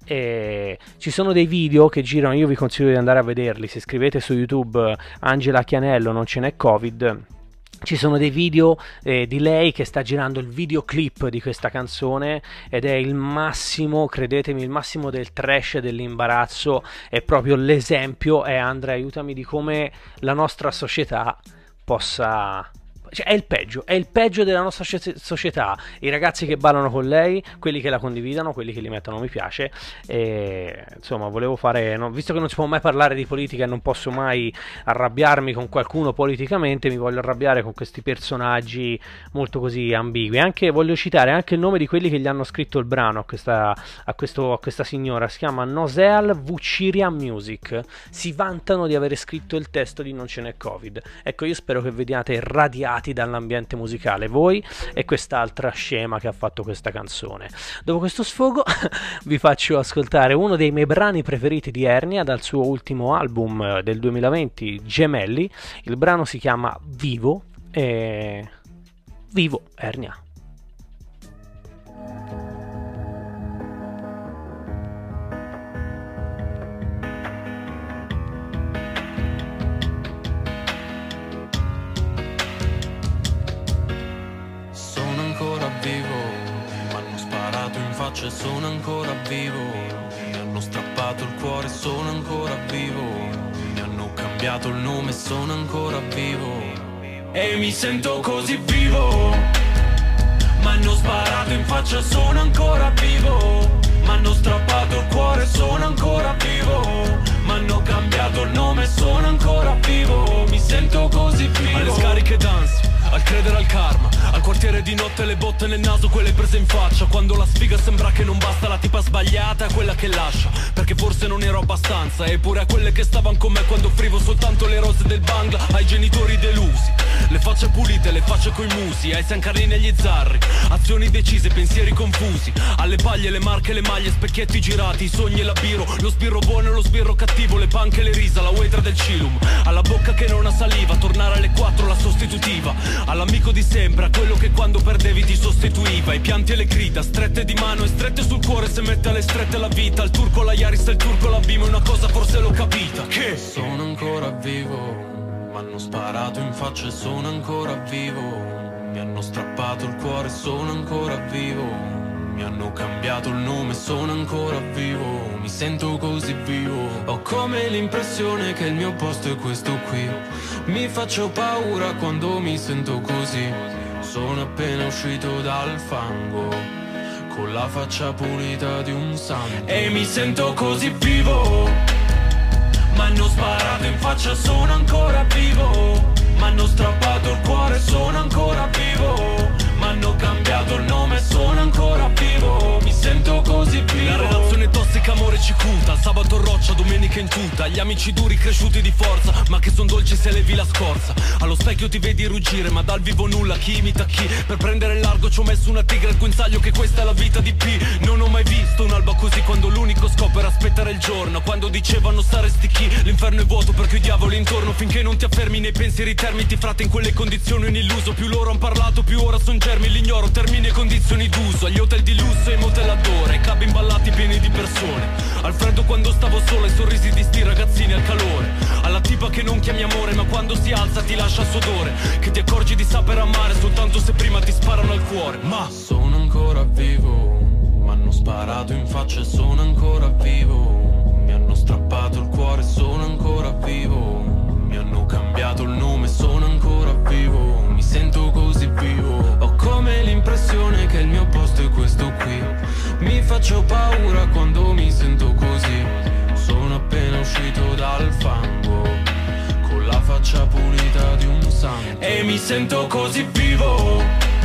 Ci sono dei video che girano, io vi consiglio di andare a vederli, se scrivete su YouTube Angela Chianello non ce n'è Covid, ci sono dei video di lei che sta girando il videoclip di questa canzone, ed è il massimo, credetemi, il massimo del trash e dell'imbarazzo. È proprio l'esempio, Andrea, aiutami, di come la nostra società possa... Cioè, è il peggio della nostra società. I ragazzi che ballano con lei, quelli che la condividono, quelli che gli mettono mi piace. E insomma, volevo fare, no, visto che non si può mai parlare di politica e non posso mai arrabbiarmi con qualcuno politicamente, mi voglio arrabbiare con questi personaggi molto così ambigui. Anche voglio citare anche il nome di quelli che gli hanno scritto il brano a questa signora. Si chiama Noseal Vuciria Music. Si vantano di avere scritto il testo di Non ce n'è Covid. Ecco, io spero che vediate irradiati dall'ambiente musicale voi e quest'altra scema che ha fatto questa canzone. Dopo questo sfogo vi faccio ascoltare uno dei miei brani preferiti di Ernia dal suo ultimo album del 2020, Gemelli. Il brano si chiama Vivo, e vivo Ernia. Sono ancora vivo, mi hanno strappato il cuore, sono ancora vivo, mi hanno cambiato il nome, sono ancora vivo, e mi sento così vivo. Mi hanno sparato in faccia, sono ancora vivo, mi hanno strappato il cuore, sono ancora vivo, mi hanno cambiato il nome, sono ancora vivo, mi sento così vivo. Alle scariche danze, al credere al karma, al quartiere di notte le botte nel naso, quelle prese in faccia. Quando la sfiga sembra che non basta, la tipa sbagliata è quella che lascia, perché forse non ero abbastanza. Eppure a quelle che stavano con me quando offrivo soltanto le rose del Bangla, ai genitori delusi, le facce pulite, le facce coi musi, ai Sancarni negli zarri, azioni decise, pensieri confusi, alle paglie, le marche, le maglie, specchietti girati, i sogni e la biro, lo sbirro buono e lo sbirro cattivo, le panche e le risa, la wedra del cilum, alla bocca che non ha saliva, tornare alle 4 la sostitutiva, all'amico di sempre, a quello che quando perdevi ti sostituiva. I pianti e le grida, strette di mano e strette sul cuore, se mette alle strette la vita. Il turco, la Yaris e il turco, la Bimo, una cosa forse l'ho capita, che sono ancora vivo. M'hanno sparato in faccia e sono ancora vivo. Mi hanno strappato il cuore e sono ancora vivo. Mi hanno cambiato il nome, sono ancora vivo. Mi sento così vivo. Ho come l'impressione che il mio posto è questo qui. Mi faccio paura quando mi sento così. Sono appena uscito dal fango, con la faccia pulita di un santo. E mi sento così vivo. M'hanno sparato in faccia, sono ancora vivo. M'hanno strappato il cuore, sono ancora vivo. M'hanno cambiato il nome, sono ancora vivo. Mi sento così vivo. La relazione tossica, amore ci cuta. Sabato roccia, domenica in tuta. Gli amici duri cresciuti di forza, ma che son dolci se levi la scorza. Allo specchio ti vedi ruggire, ma dal vivo nulla. Chi imita chi? Per prendere il largo ci ho messo una tigre al guinzaglio, che questa è la vita di P. Non ho mai visto un'alba così, quando l'unico scopo era aspettare il giorno. Quando dicevano stare stichi, l'inferno è vuoto perché i diavoli intorno. Finché non ti affermi nei pensieri termiti, frate, in quelle condizioni un illuso. Più loro han parlato, più ora son germi. L'ignoro, termini e condizioni d'uso. Agli hotel di lusso e ai motel adora, ai club imballati pieni di persone. Al freddo quando stavo solo, ai sorrisi di sti ragazzini al calore. Alla tipa che non chiami amore, ma quando si alza ti lascia sudore. Che ti accorgi di saper amare soltanto se prima ti sparano al cuore. Ma sono ancora vivo. M'hanno sparato in faccia e sono ancora vivo. Mi hanno strappato il cuore, sono ancora vivo. Mi hanno cambiato il nome, sono ancora vivo. Mi sento così vivo. Ho come l'impressione che il mio posto è questo qui. Mi faccio paura quando mi sento così. Sono appena uscito dal fango, con la faccia pulita di un santo. E mi sento così vivo.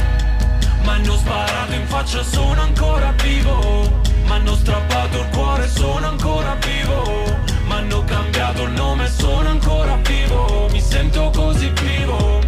M'hanno sparato in faccia, sono ancora vivo. M'hanno strappato il cuore, sono ancora vivo. M'hanno cambiato il nome, sono ancora vivo. Mi sento così vivo.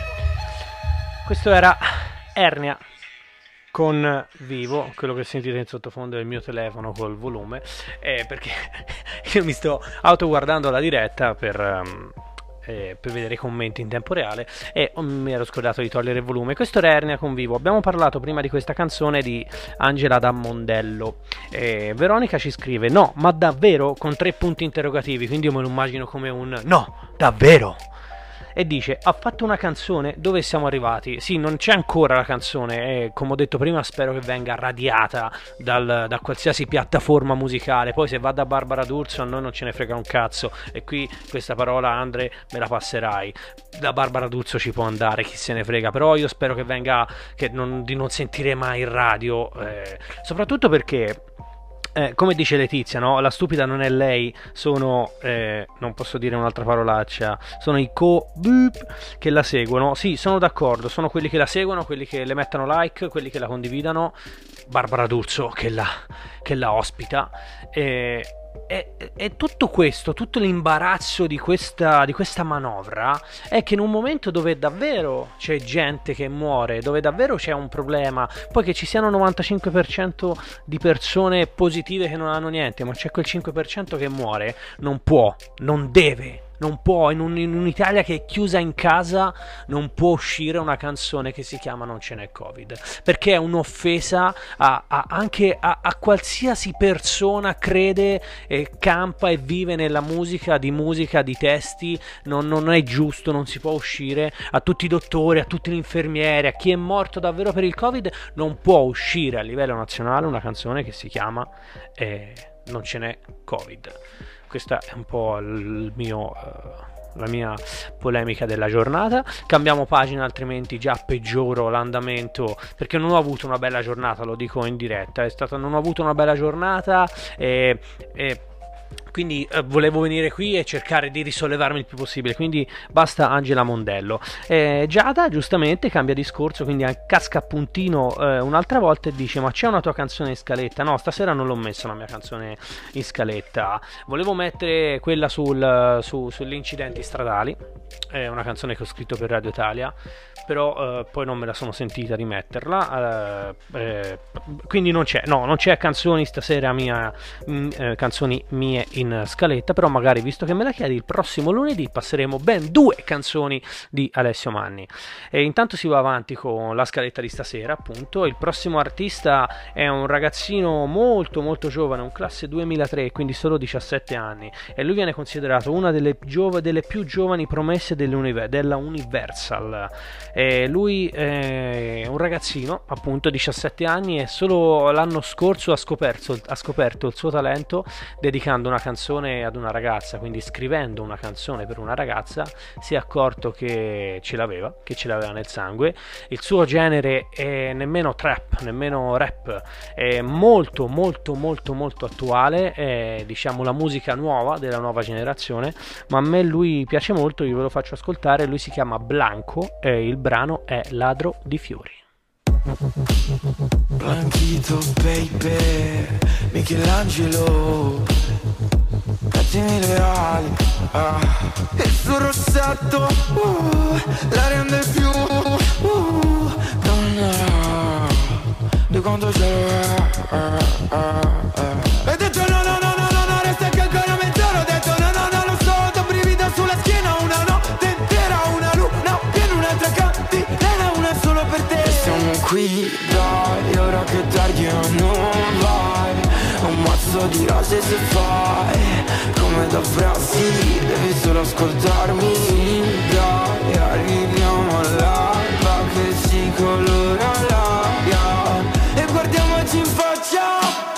Questo era Ernia con Vivo. Quello che sentite in sottofondo è il mio telefono col volume, perché io mi sto autoguardando la diretta per vedere i commenti in tempo reale e mi ero scordato di togliere il volume. Questo era Ernia con Vivo. Abbiamo parlato prima di questa canzone di Angela da Mondello. Veronica ci scrive: no, ma davvero? Con 3 punti interrogativi, quindi io me lo immagino come un no, davvero? E dice: ha fatto una canzone, dove siamo arrivati? Sì, non c'è ancora la canzone e, come ho detto prima, spero che venga radiata da qualsiasi piattaforma musicale. Poi se va da Barbara D'Urso a noi non ce ne frega un cazzo, e qui questa parola, Andre, me la passerai. Da Barbara D'Urso ci può andare, chi se ne frega, però io spero che venga, di non sentire mai in radio, soprattutto perché come dice Letizia, no? La stupida non è lei, sono non posso dire un'altra parolaccia, sono i che la seguono. Sì, sono d'accordo, sono quelli che la seguono, quelli che le mettono like, quelli che la condividano. Barbara D'Urso che la ospita, e tutto questo, tutto l'imbarazzo di questa manovra è che in un momento dove davvero c'è gente che muore, dove davvero c'è un problema, poi che ci siano 95% di persone positive che non hanno niente, ma c'è quel 5% che muore, non può, non deve, non può, in un'Italia che è chiusa in casa non può uscire una canzone che si chiama Non ce n'è Covid, perché è un'offesa anche a qualsiasi persona crede e campa e vive nella musica, di testi. Non è giusto, non si può uscire. A tutti i dottori, a tutti gli infermieri, a chi è morto davvero per il Covid, non può uscire a livello nazionale una canzone che si chiama Non ce n'è Covid. Questa è un po' la mia polemica della giornata. Cambiamo pagina, altrimenti già peggioro l'andamento, perché non ho avuto una bella giornata, lo dico in diretta. Non ho avuto una bella giornata e quindi volevo venire qui e cercare di risollevarmi il più possibile, quindi basta Angela Mondello. Giada giustamente cambia discorso, quindi casca a puntino un'altra volta e dice: ma c'è una tua canzone in scaletta? No, stasera non l'ho messa una mia canzone in scaletta, volevo mettere quella sugli incidenti stradali, una canzone che ho scritto per Radio Italia, però poi non me la sono sentita di metterla, quindi non c'è canzoni stasera canzoni mie in scaletta, però magari, visto che me la chiedi, il prossimo lunedì passeremo ben 2 canzoni di Alessio Manni. E intanto si va avanti con la scaletta di stasera, appunto. Il prossimo artista è un ragazzino molto molto giovane, un classe 2003, quindi solo 17 anni, e lui viene considerato una delle più giovani promesse della Universal. Lui è un ragazzino, appunto, 17 anni, e solo l'anno scorso ha scoperto il suo talento dedicando una canzone ad una ragazza, quindi scrivendo una canzone per una ragazza. Si è accorto che ce l'aveva nel sangue. Il suo genere è nemmeno trap, nemmeno rap, è molto molto molto molto attuale, è, diciamo, la musica nuova della nuova generazione, ma a me lui piace molto, io ve lo faccio ascoltare. Lui si chiama Blanco e il brano è Ladro di fiori. Blanchito baby, Michelangelo, mettimi le ali, il suo rossetto, la rende più, donna, di quanto c'è, hai detto no, no, no, no, no, no, resta che ancora mezz'ora, ho detto no, no, no, lo so, t'ho brivido sulla schiena, una notte intera, una luna piena, un'altra cantilena, una solo per te. E siamo qui, dai, ora che tardi non vai, un mazzo di rose se fai, come da frasi, devi solo ascoltarmi, dai, arriviamo all'alba che si colora l'aria, e guardiamoci in faccia.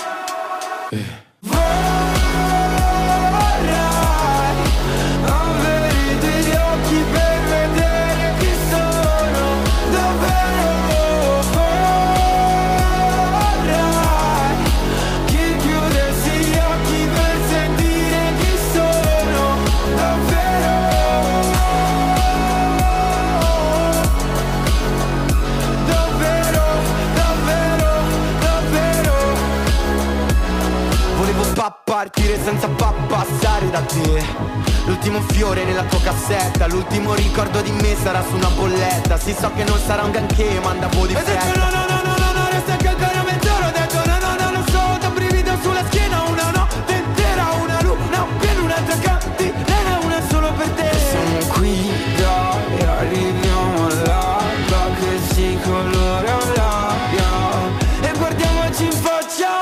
Partire senza passare da te, l'ultimo fiore nella tua cassetta, l'ultimo ricordo di me sarà su una bolletta. Sì, so che non sarà un granché, ma andavo di fretta. Ho detto no, no, no, no, no, no, resta che ancora mezz'ora, ho detto no, no, no, lo so, t'ho brivido sulla schiena, una notte intera, una luna piena, un'altra cantilena, una solo per te. E siamo qui, dai, arriviamo all'alba che si colora l'aria, e guardiamoci in faccia.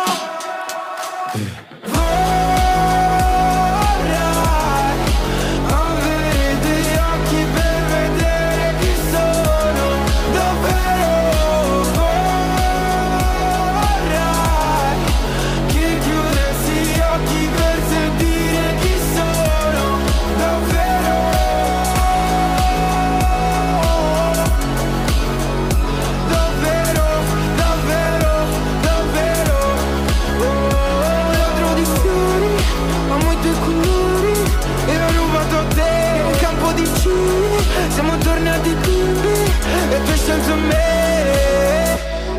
Siamo tornati bimbi e tu hai scelto me.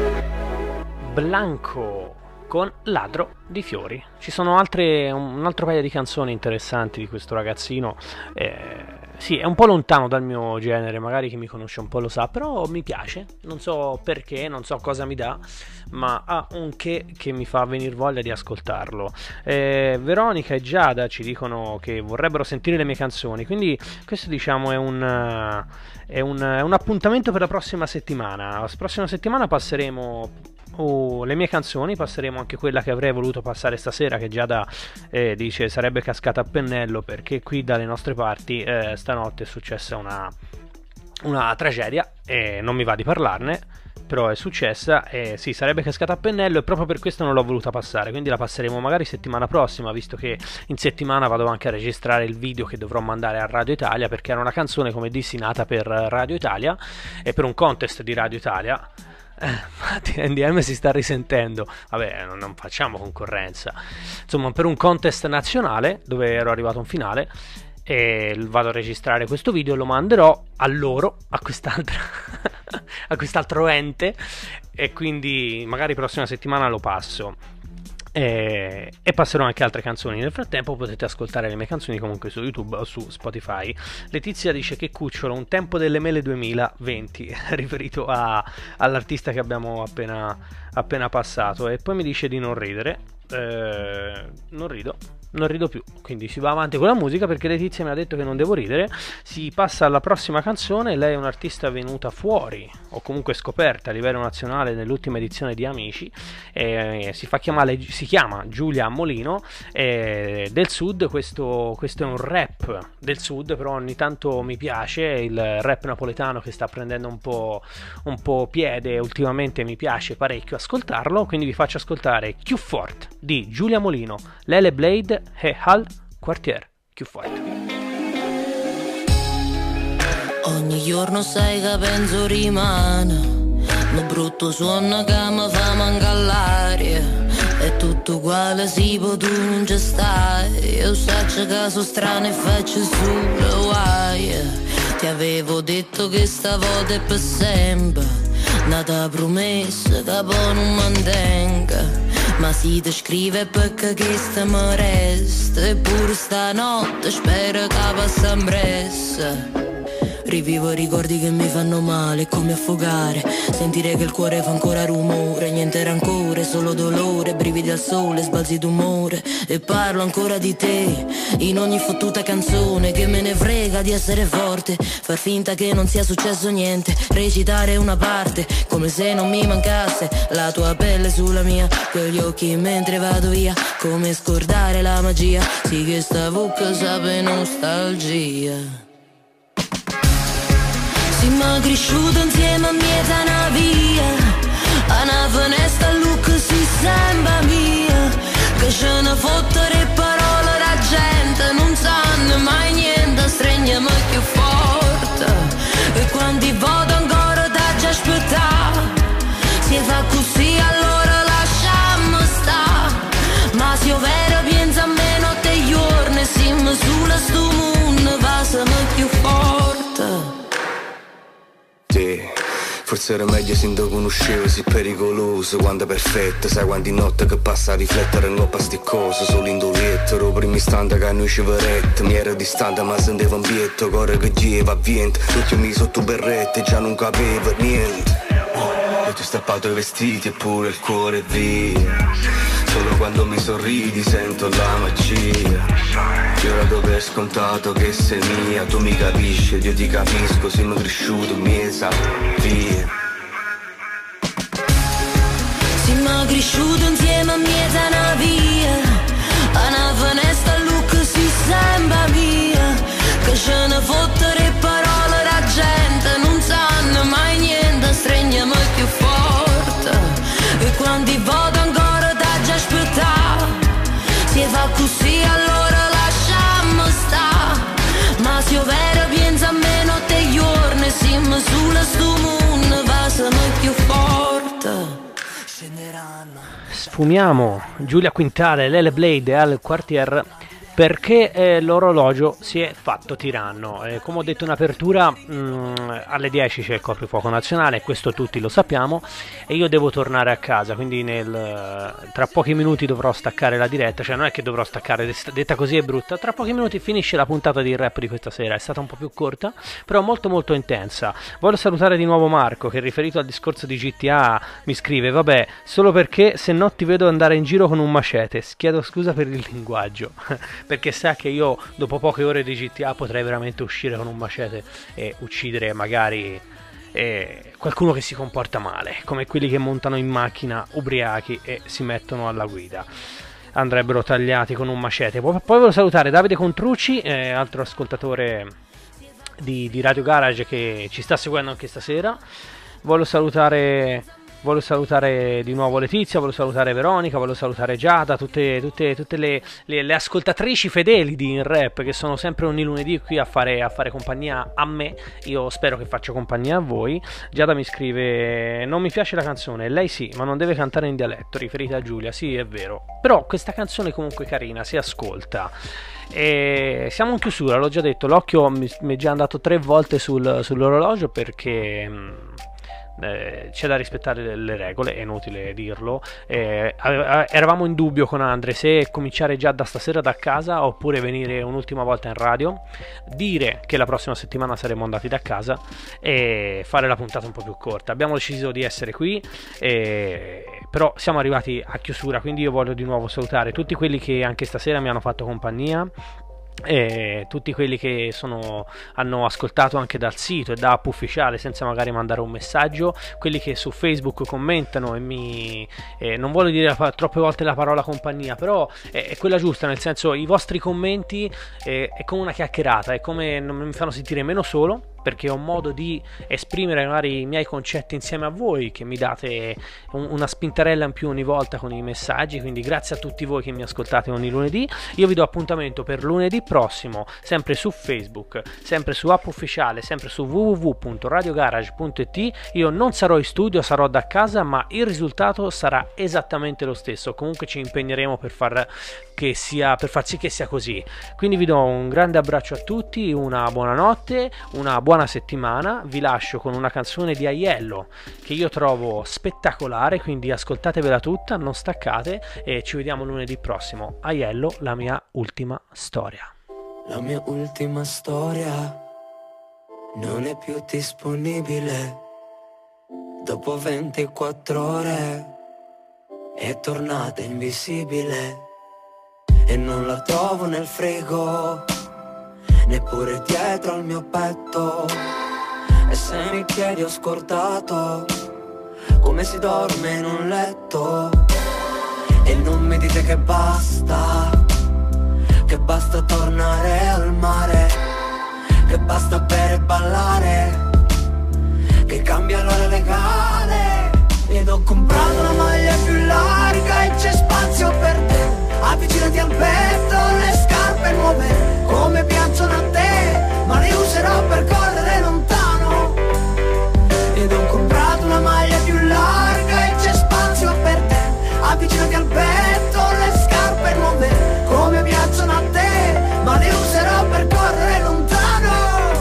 Blanco con Ladro di fiori. Ci sono un altro paio di canzoni interessanti di questo ragazzino. Sì, è un po' lontano dal mio genere, magari chi mi conosce un po' lo sa, però mi piace, non so perché, non so cosa mi dà, ma ha un che mi fa venire voglia di ascoltarlo. Veronica e Giada ci dicono che vorrebbero sentire le mie canzoni, quindi questo, diciamo, è un appuntamento per la prossima settimana. La prossima settimana passeremo le mie canzoni, passeremo anche quella che avrei voluto passare stasera, che Giada dice sarebbe cascata a pennello, perché qui dalle nostre parti stanotte è successa una tragedia e non mi va di parlarne, però è successa e sì, sarebbe cascata a pennello, e proprio per questo non l'ho voluta passare, quindi la passeremo magari settimana prossima, visto che in settimana vado anche a registrare il video che dovrò mandare a Radio Italia, perché era una canzone, come dissi, nata per Radio Italia e per un contest di Radio Italia. NDM si sta risentendo, vabbè, non facciamo concorrenza, insomma, per un contest nazionale dove ero arrivato in finale, e vado a registrare questo video, lo manderò a loro, a quest'altro ente, e quindi magari prossima settimana lo passo. E passerò anche altre canzoni. Nel frattempo potete ascoltare le mie canzoni comunque su YouTube o su Spotify. Letizia dice che cucciolo, un tempo delle mele 2020, riferito all'artista che abbiamo appena passato, e poi mi dice di non ridere. Non rido, non rido più, quindi si va avanti con la musica perché Letizia mi ha detto che non devo ridere. Si passa alla prossima canzone. Lei è un'artista venuta fuori o comunque scoperta a livello nazionale nell'ultima edizione di Amici, si chiama Giulia Molino, del sud. Questo è un rap del sud, però ogni tanto mi piace il rap napoletano che sta prendendo un po' piede ultimamente, mi piace parecchio ascoltarlo, quindi vi faccio ascoltare Più Fort di Giulia Molino, Lele Blade e Al Quartier. Più forte. Ogni giorno sai che penso rimane un brutto suono che mi fa mancare l'aria. È tutto uguale, sì, poi tu non ci stai. Io saccio che sono strano e faccio solo guai. Ti avevo detto che stavolta è per sempre, nata promessa che poi non mantenga. Ma si ti scrive perché che sta mi resta. Eppure stanotte spero che passa impressa. Rivivo ricordi che mi fanno male, come affogare. Sentire che il cuore fa ancora rumore. Niente rancore, solo dolore. Brividi al sole, sbalzi d'umore. E parlo ancora di te in ogni fottuta canzone. Che me ne frega di essere forte, far finta che non sia successo niente. Recitare una parte come se non mi mancasse la tua pelle sulla mia, quegli occhi mentre vado via. Come scordare la magia, sì che sta bocca sape nostalgia. Siamo cresciuti insieme a mezza una via, a una finestra a look si sembra mia. Che ce ne fottere parole la gente, non sanno mai niente, stringiamo più forte. E quanti voti ancora da già aspettare, se fa così allora lasciamo sta. Ma se io vero pensa a me notte e giorni, siamo sulla sto mondo, passiamo più forte. Forse era meglio se non conoscevo, si pericoloso quando è perfetto. Sai quanti notte che passa a riflettere in coppa sti cose, solo in dovetto. Ero primo istante che noi ci verette, mi ero distante ma sentivo un bietto. Cuore che giva a vento, l'ultimo sotto berrette, già non capivo niente. Io ti ho strappato i vestiti eppure il cuore è via. Solo quando mi sorridi sento la magia. Io la do per scontato che sei mia. Tu mi capisci, io ti capisco. Siamo cresciuti, mi sa via. Siamo cresciuti insieme a mezza una via, a una finestra a look si sembra mia. Che ce ne fottere parole la gente, non sanno mai niente, stringiamo più forte. E quanti voti ancora da già aspettare, se fa così allora lasciamo sta. Ma se io vero pensa a me notte e giorni, siamo sulla sto mondo, passiamo più forte. Sfumiamo Giulia Quintale, Lele Blade Al Quartier, perché l'orologio si è fatto tiranno. Come ho detto in apertura, alle 10 c'è il coprifuoco nazionale, questo tutti lo sappiamo, e io devo tornare a casa, quindi tra pochi minuti dovrò staccare la diretta. Cioè non è che dovrò staccare, detta così è brutta, tra pochi minuti finisce la puntata di rap di questa sera. È stata un po' più corta, però molto molto intensa. Voglio salutare di nuovo Marco, che riferito al discorso di GTA mi scrive: vabbè, solo perché se no ti vedo andare in giro con un macete. Chiedo scusa per il linguaggio perché sa che io dopo poche ore di GTA potrei veramente uscire con un macete e uccidere magari qualcuno che si comporta male, come quelli che montano in macchina ubriachi e si mettono alla guida. Andrebbero tagliati con un macete. Poi volevo salutare Davide Contrucci, altro ascoltatore di Radio Garage che ci sta seguendo anche stasera. Voglio salutare di nuovo Letizia, voglio salutare Veronica, voglio salutare Giada, tutte le ascoltatrici fedeli di In Rap, che sono sempre ogni lunedì qui a fare compagnia a me. Io spero che faccia compagnia a voi. Giada mi scrive: non mi piace la canzone. Lei sì, ma non deve cantare in dialetto, riferita a Giulia. Sì, è vero, però questa canzone è comunque carina, si ascolta. E siamo in chiusura, l'ho già detto, l'occhio mi è già andato 3 volte sull'orologio perché c'è da rispettare le regole, è inutile dirlo. Eravamo in dubbio con Andre se cominciare già da stasera da casa oppure venire un'ultima volta in radio, dire che la prossima settimana saremo andati da casa e fare la puntata un po' più corta. Abbiamo deciso di essere qui però siamo arrivati a chiusura, quindi io voglio di nuovo salutare tutti quelli che anche stasera mi hanno fatto compagnia, e tutti quelli che hanno ascoltato anche dal sito e da app ufficiale senza magari mandare un messaggio, quelli che su Facebook commentano e non voglio dire troppe volte la parola compagnia, però è quella giusta, nel senso, i vostri commenti è come una chiacchierata, è come non mi fanno sentire meno solo, perché ho modo di esprimere magari i miei concetti insieme a voi, che mi date una spintarella in più ogni volta con i messaggi. Quindi grazie a tutti voi che mi ascoltate ogni lunedì. Io vi do appuntamento per lunedì prossimo, sempre su Facebook, sempre su app ufficiale, sempre su www.radiogarage.it. Io non sarò in studio, sarò da casa, ma il risultato sarà esattamente lo stesso. Comunque ci impegneremo per far sì che sia così. Quindi vi do un grande abbraccio a tutti, una buona notte, una buona settimana. Vi lascio con una canzone di Aiello che io trovo spettacolare, quindi ascoltatevela tutta, non staccate, e ci vediamo lunedì prossimo. Aiello, la mia ultima storia. La mia ultima storia non è più disponibile. Dopo 24 ore è tornata invisibile. E non la trovo nel frigo, neppure dietro al mio petto. E se mi chiedi ho scordato come si dorme in un letto. E non mi dite che basta tornare al mare, che basta bere e ballare, che cambia l'ora legale. Ed ho comprato una maglia più larga e c'è spazio per te. Avvicinati al petto, le scarpe nuove come piacciono a te, ma le userò per correre lontano. Ed ho comprato una maglia più larga e c'è spazio per te. Avvicinati al petto, le scarpe nuove come piacciono a te, ma le userò per correre lontano.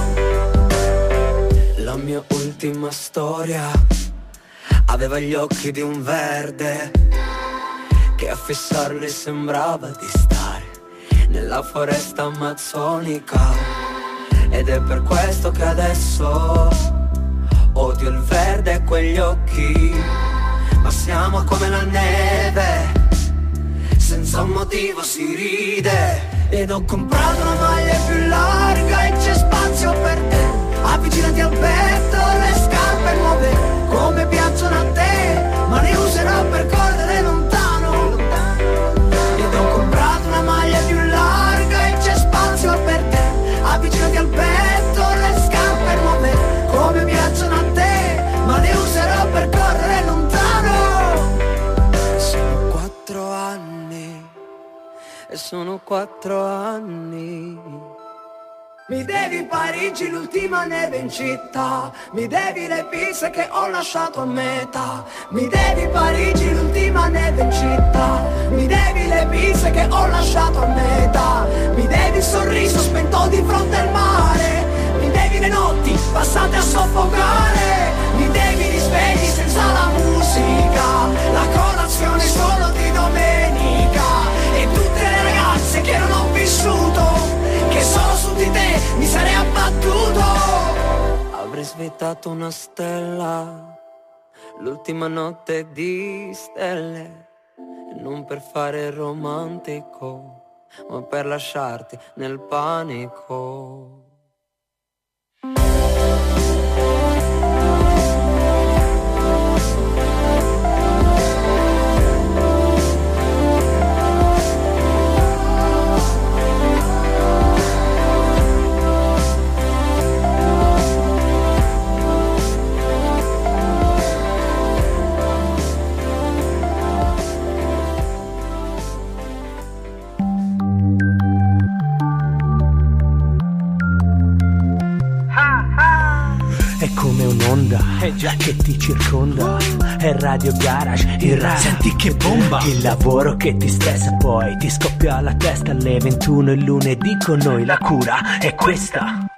La mia ultima storia aveva gli occhi di un verde che a fissarli sembrava di stare nella foresta amazzonica. Ed è per questo che adesso odio il verde e quegli occhi. Ma siamo come la neve, senza un motivo si ride. Ed ho comprato una maglia più larga e c'è spazio per te. Avvicinati al petto, le scarpe nuove come piacciono a te, ma le userò per correre lontano. Ed ho comprato una maglia più larga e c'è spazio per te. Avvicinati al petto, le scarpe nuove come piacciono a te, ma le userò per correre lontano. Sono 4 anni e sono 4 anni. Mi devi Parigi, l'ultima neve in città. Mi devi le pizze che ho lasciato a metà. Mi devi Parigi, l'ultima neve in città. Mi devi le pizze che ho lasciato a metà. Mi devi il sorriso spento di fronte al mare. Mi devi le notti passate a soffocare. Mi devi risvegli senza la musica. La colazione solo di domenica. E tutte le ragazze che non ho vissuto, che solo su di te mi sarei abbattuto. Avrei svitato una stella, l'ultima notte di stelle. E non per fare il romantico, ma per lasciarti nel panico. È già che ti circonda, è Radio Garage, il rap, senti che bomba, il lavoro che ti stressa, poi ti scoppia la testa alle 21 il lunedì con noi, la cura è questa.